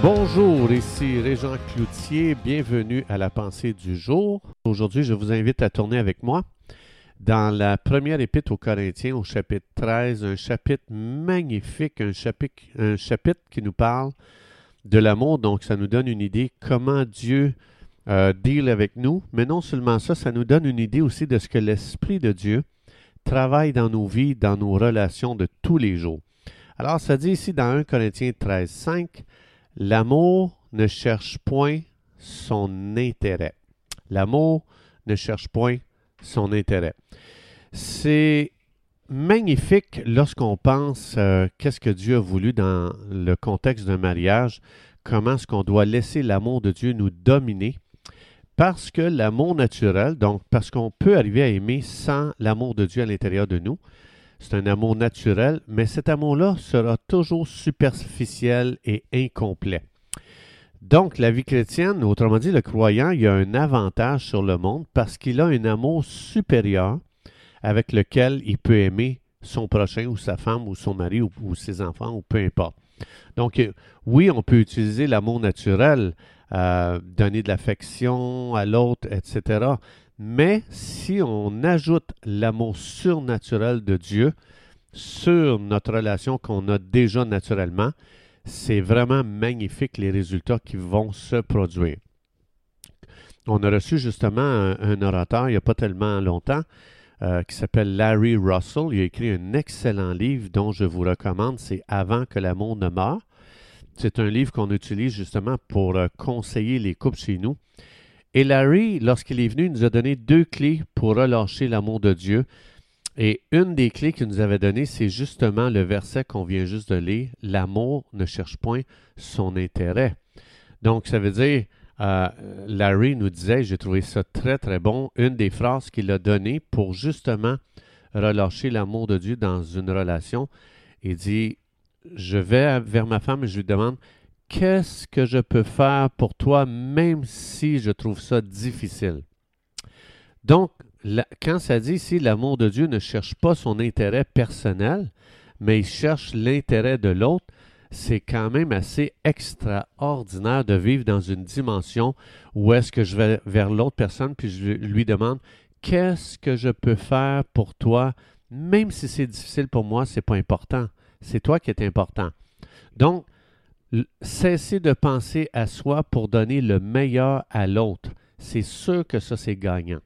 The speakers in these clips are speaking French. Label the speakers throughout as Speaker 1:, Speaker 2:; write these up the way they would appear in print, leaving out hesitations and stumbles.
Speaker 1: Bonjour, ici Régent Cloutier, bienvenue à la pensée du jour. Aujourd'hui, je vous invite à tourner avec moi dans la première épître aux Corinthiens, au chapitre 13, un chapitre magnifique, un chapitre qui nous parle de l'amour, donc ça nous donne une idée comment Dieu deal avec nous, mais non seulement ça, ça nous donne une idée aussi de ce que l'Esprit de Dieu travaille dans nos vies, dans nos relations de tous les jours. Alors, ça dit ici dans 1 Corinthiens 13, 5, « L'amour ne cherche point son intérêt. » L'amour ne cherche point son intérêt. C'est magnifique lorsqu'on pense qu'est-ce que Dieu a voulu dans le contexte d'un mariage, comment est-ce qu'on doit laisser l'amour de Dieu nous dominer, parce que l'amour naturel, donc parce qu'on peut arriver à aimer sans l'amour de Dieu à l'intérieur de nous, c'est un amour naturel, mais cet amour-là sera toujours superficiel et incomplet. Donc, la vie chrétienne, autrement dit, le croyant, il a un avantage sur le monde parce qu'il a un amour supérieur avec lequel il peut aimer son prochain ou sa femme ou son mari ou ses enfants ou peu importe. Donc, oui, on peut utiliser l'amour naturel, donner de l'affection à l'autre, etc. Mais si on ajoute l'amour surnaturel de Dieu sur notre relation qu'on a déjà naturellement, c'est vraiment magnifique les résultats qui vont se produire. On a reçu justement un orateur il n'y a pas tellement longtemps qui s'appelle Larry Russell. Il a écrit un excellent livre dont je vous recommande, c'est « Avant que l'amour ne meure ». C'est un livre qu'on utilise justement pour conseiller les couples chez nous. Et Larry, lorsqu'il est venu, il nous a donné 2 clés pour relâcher l'amour de Dieu. Et une des clés qu'il nous avait données, c'est justement le verset qu'on vient juste de lire. « L'amour ne cherche point son intérêt. » Donc, ça veut dire, Larry nous disait, j'ai trouvé ça très, très bon, une des phrases qu'il a données pour justement relâcher l'amour de Dieu dans une relation. Il dit, je vais vers ma femme et je lui demande, qu'est-ce que je peux faire pour toi, même si je trouve ça difficile? Donc, quand ça dit ici, l'amour de Dieu ne cherche pas son intérêt personnel, mais il cherche l'intérêt de l'autre, c'est quand même assez extraordinaire de vivre dans une dimension où est-ce que je vais vers l'autre personne puis je lui demande, qu'est-ce que je peux faire pour toi, même si c'est difficile pour moi, c'est pas important. C'est toi qui es important. Donc, cessez de penser à soi pour donner le meilleur à l'autre. C'est sûr que ça, c'est gagnant.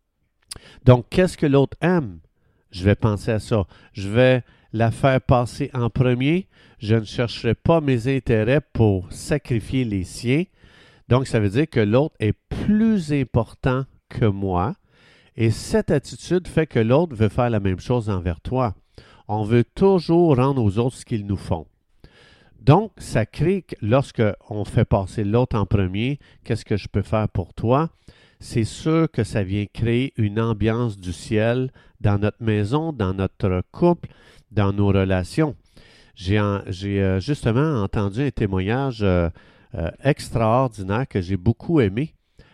Speaker 1: Donc, qu'est-ce que l'autre aime? Je vais penser à ça. Je vais la faire passer en premier. Je ne chercherai pas mes intérêts pour sacrifier les siens. Donc, ça veut dire que l'autre est plus important que moi. Et cette attitude fait que l'autre veut faire la même chose envers toi. On veut toujours rendre aux autres ce qu'ils nous font. Donc, ça crée que lorsqu'on fait passer l'autre en premier, qu'est-ce que je peux faire pour toi? C'est sûr que ça vient créer une ambiance du ciel dans notre maison, dans notre couple, dans nos relations. J'ai justement entendu un témoignage extraordinaire que j'ai beaucoup aimé.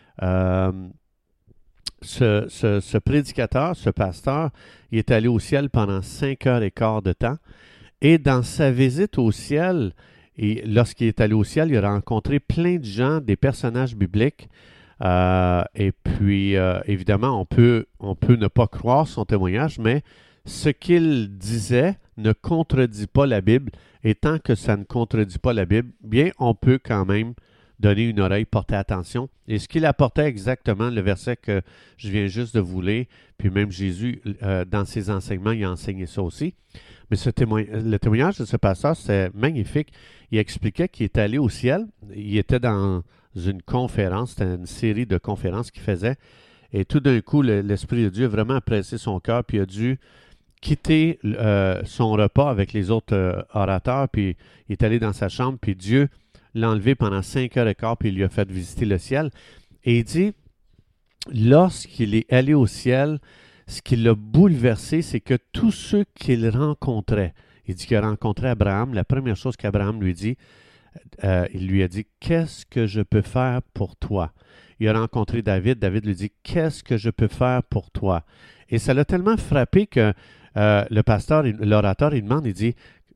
Speaker 1: Ce prédicateur, ce pasteur, il est allé au ciel pendant 5h15 de temps. Et dans sa visite au ciel, et lorsqu'il est allé au ciel, il a rencontré plein de gens, des personnages bibliques. Et puis, évidemment, on peut ne pas croire son témoignage, mais ce qu'il disait ne contredit pas la Bible. Et tant que ça ne contredit pas la Bible, bien, on peut quand même donner une oreille, porter attention. Et ce qu'il apportait exactement, le verset que je viens juste de vous lire, puis même Jésus, dans ses enseignements, il a enseigné ça aussi. Mais le témoignage de ce pasteur, c'est magnifique. Il expliquait qu'il est allé au ciel. Il était dans une conférence, c'était une série de conférences qu'il faisait. Et tout d'un coup, l'Esprit de Dieu a vraiment pressé son cœur, puis il a dû quitter son repas avec les autres orateurs, puis il est allé dans sa chambre, puis Dieu l'a enlevé pendant 5h15, puis il lui a fait visiter le ciel. Et il dit, lorsqu'il est allé au ciel, ce qui l'a bouleversé, c'est que tous ceux qu'il rencontrait, il dit qu'il a rencontré Abraham, la première chose qu'Abraham lui dit, il lui a dit, qu'est-ce que je peux faire pour toi? Il a rencontré David, David lui dit, qu'est-ce que je peux faire pour toi? Et ça l'a tellement frappé que le pasteur, l'orateur, il demande, il dit,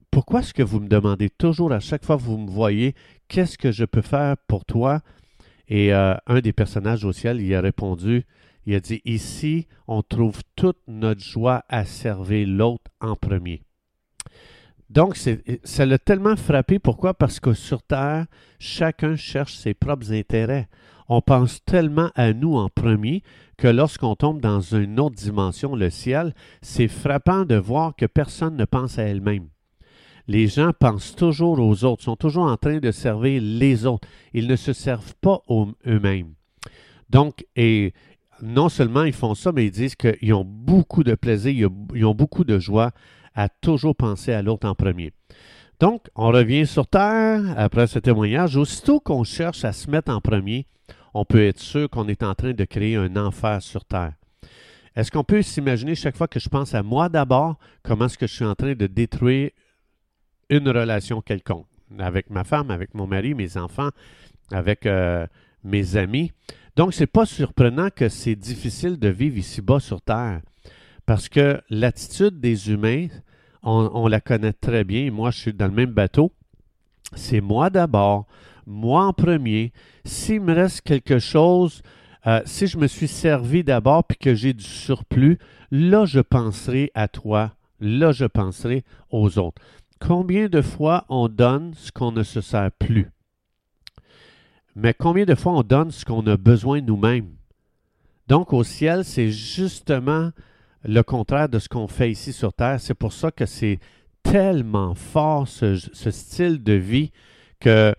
Speaker 1: pourquoi est-ce que vous me demandez toujours à chaque fois que vous me voyez, qu'est-ce que je peux faire pour toi? Et un des personnages au ciel, il a répondu, il a dit, ici, on trouve toute notre joie à servir l'autre en premier. Donc, ça l'a tellement frappé. Pourquoi? Parce que sur Terre, chacun cherche ses propres intérêts. On pense tellement à nous en premier que lorsqu'on tombe dans une autre dimension, le ciel, c'est frappant de voir que personne ne pense à elle-même. Les gens pensent toujours aux autres, sont toujours en train de servir les autres. Ils ne se servent pas eux-mêmes. Donc, et non seulement ils font ça, mais ils disent qu'ils ont beaucoup de plaisir, ils ont beaucoup de joie à toujours penser à l'autre en premier. Donc, on revient sur Terre après ce témoignage. Aussitôt qu'on cherche à se mettre en premier, on peut être sûr qu'on est en train de créer un enfer sur Terre. Est-ce qu'on peut s'imaginer chaque fois que je pense à moi d'abord, comment est-ce que je suis en train de détruire une relation quelconque, avec ma femme, avec mon mari, mes enfants, avec mes amis. Donc, ce n'est pas surprenant que c'est difficile de vivre ici-bas sur Terre, parce que l'attitude des humains, on la connaît très bien. Moi, je suis dans le même bateau. C'est moi d'abord, moi en premier. S'il me reste quelque chose, si je me suis servi d'abord puis que j'ai du surplus, là, je penserai à toi, là, je penserai aux autres. Combien de fois on donne ce qu'on ne se sert plus? Mais combien de fois on donne ce qu'on a besoin nous-mêmes? Donc, au ciel, c'est justement le contraire de ce qu'on fait ici sur Terre. C'est pour ça que c'est tellement fort ce style de vie que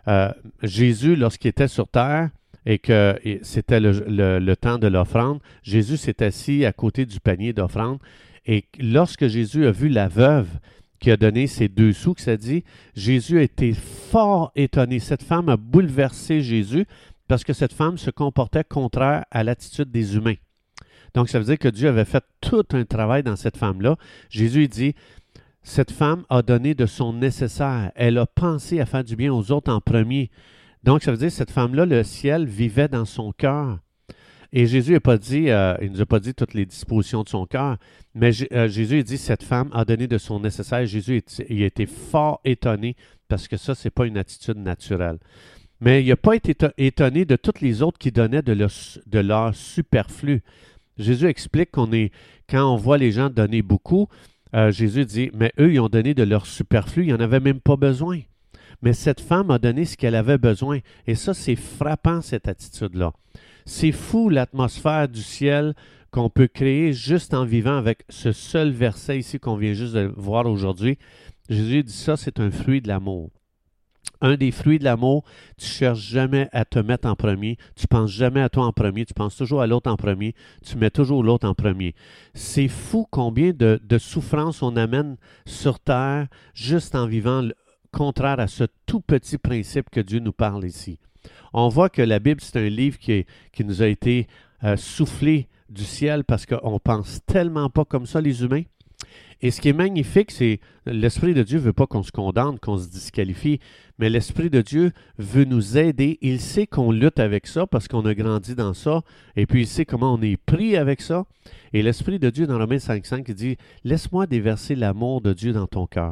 Speaker 1: Jésus, lorsqu'il était sur Terre et que c'était le temps de l'offrande, Jésus s'est assis à côté du panier d'offrande. Et lorsque Jésus a vu la veuve qui a donné ses 2 sous, que ça dit, Jésus a été fort étonné. Cette femme a bouleversé Jésus parce que cette femme se comportait contraire à l'attitude des humains. Donc, ça veut dire que Dieu avait fait tout un travail dans cette femme-là. Jésus dit, cette femme a donné de son nécessaire. Elle a pensé à faire du bien aux autres en premier. Donc, ça veut dire que cette femme-là, le ciel vivait dans son cœur. Et Jésus n'a pas dit, il ne nous a pas dit toutes les dispositions de son cœur, mais Jésus a dit, cette femme a donné de son nécessaire. Jésus il a été fort étonné parce que ça, ce n'est pas une attitude naturelle. Mais il n'a pas été étonné de toutes les autres qui donnaient de leur superflu. Jésus explique quand on voit les gens donner beaucoup, Jésus dit, mais eux, ils ont donné de leur superflu, ils n'en avaient même pas besoin. Mais cette femme a donné ce qu'elle avait besoin. Et ça, c'est frappant, cette attitude-là. C'est fou l'atmosphère du ciel qu'on peut créer juste en vivant avec ce seul verset ici qu'on vient juste de voir aujourd'hui. Jésus dit ça, c'est un fruit de l'amour. Un des fruits de l'amour, tu ne cherches jamais à te mettre en premier, tu ne penses jamais à toi en premier, tu penses toujours à l'autre en premier, tu mets toujours l'autre en premier. C'est fou combien de souffrances on amène sur terre juste en vivant contraire à ce tout petit principe que Dieu nous parle ici. On voit que la Bible, c'est un livre qui nous a été soufflé du ciel parce qu'on ne pense tellement pas comme ça, les humains. Et ce qui est magnifique, c'est l'Esprit de Dieu ne veut pas qu'on se condamne, qu'on se disqualifie, mais l'Esprit de Dieu veut nous aider. Il sait qu'on lutte avec ça parce qu'on a grandi dans ça, et puis il sait comment on est pris avec ça. Et l'Esprit de Dieu, dans Romains 5,5, il dit « Laisse-moi déverser l'amour de Dieu dans ton cœur ».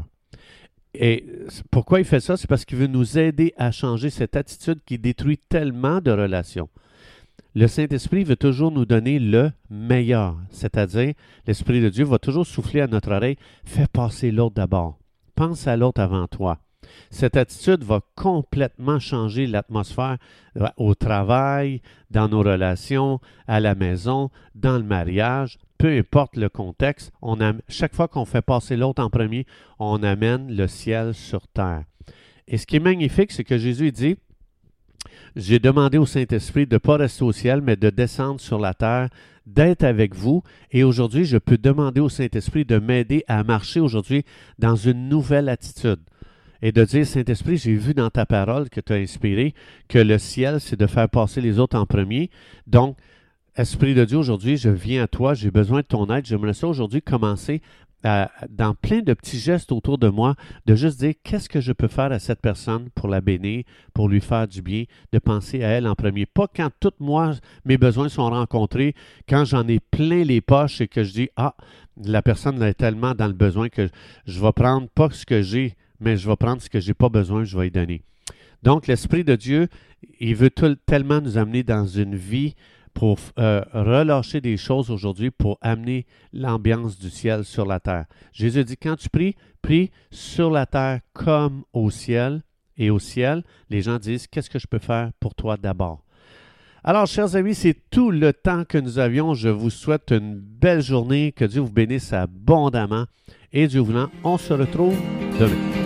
Speaker 1: Et pourquoi il fait ça? C'est parce qu'il veut nous aider à changer cette attitude qui détruit tellement de relations. Le Saint-Esprit veut toujours nous donner le meilleur, c'est-à-dire l'Esprit de Dieu va toujours souffler à notre oreille, fais passer l'autre d'abord, pense à l'autre avant toi. Cette attitude va complètement changer l'atmosphère au travail, dans nos relations, à la maison, dans le mariage, peu importe le contexte. Chaque fois qu'on fait passer l'autre en premier, on amène le ciel sur terre. Et ce qui est magnifique, c'est que Jésus dit, j'ai demandé au Saint-Esprit de ne pas rester au ciel, mais de descendre sur la terre, d'être avec vous. Et aujourd'hui, je peux demander au Saint-Esprit de m'aider à marcher aujourd'hui dans une nouvelle attitude. Et de dire, Saint-Esprit, j'ai vu dans ta parole que tu as inspiré que le ciel, c'est de faire passer les autres en premier. Donc, Esprit de Dieu, aujourd'hui, je viens à toi, j'ai besoin de ton aide. J'aimerais ça aujourd'hui commencer dans plein de petits gestes autour de moi, de juste dire qu'est-ce que je peux faire à cette personne pour la bénir, pour lui faire du bien, de penser à elle en premier. Pas quand tous moi, mes besoins sont rencontrés, quand j'en ai plein les poches et que je dis, ah, la personne est tellement dans le besoin que je vais prendre pas ce que j'ai, mais je vais prendre ce que j'ai pas besoin, je vais lui donner. Donc, l'Esprit de Dieu, il veut tellement nous amener dans une vie pour relâcher des choses aujourd'hui pour amener l'ambiance du ciel sur la terre. Jésus dit, quand tu pries, prie sur la terre comme au ciel. Et au ciel, les gens disent, qu'est-ce que je peux faire pour toi d'abord? Alors, chers amis, c'est tout le temps que nous avions. Je vous souhaite une belle journée. Que Dieu vous bénisse abondamment. Et Dieu voulant, on se retrouve demain.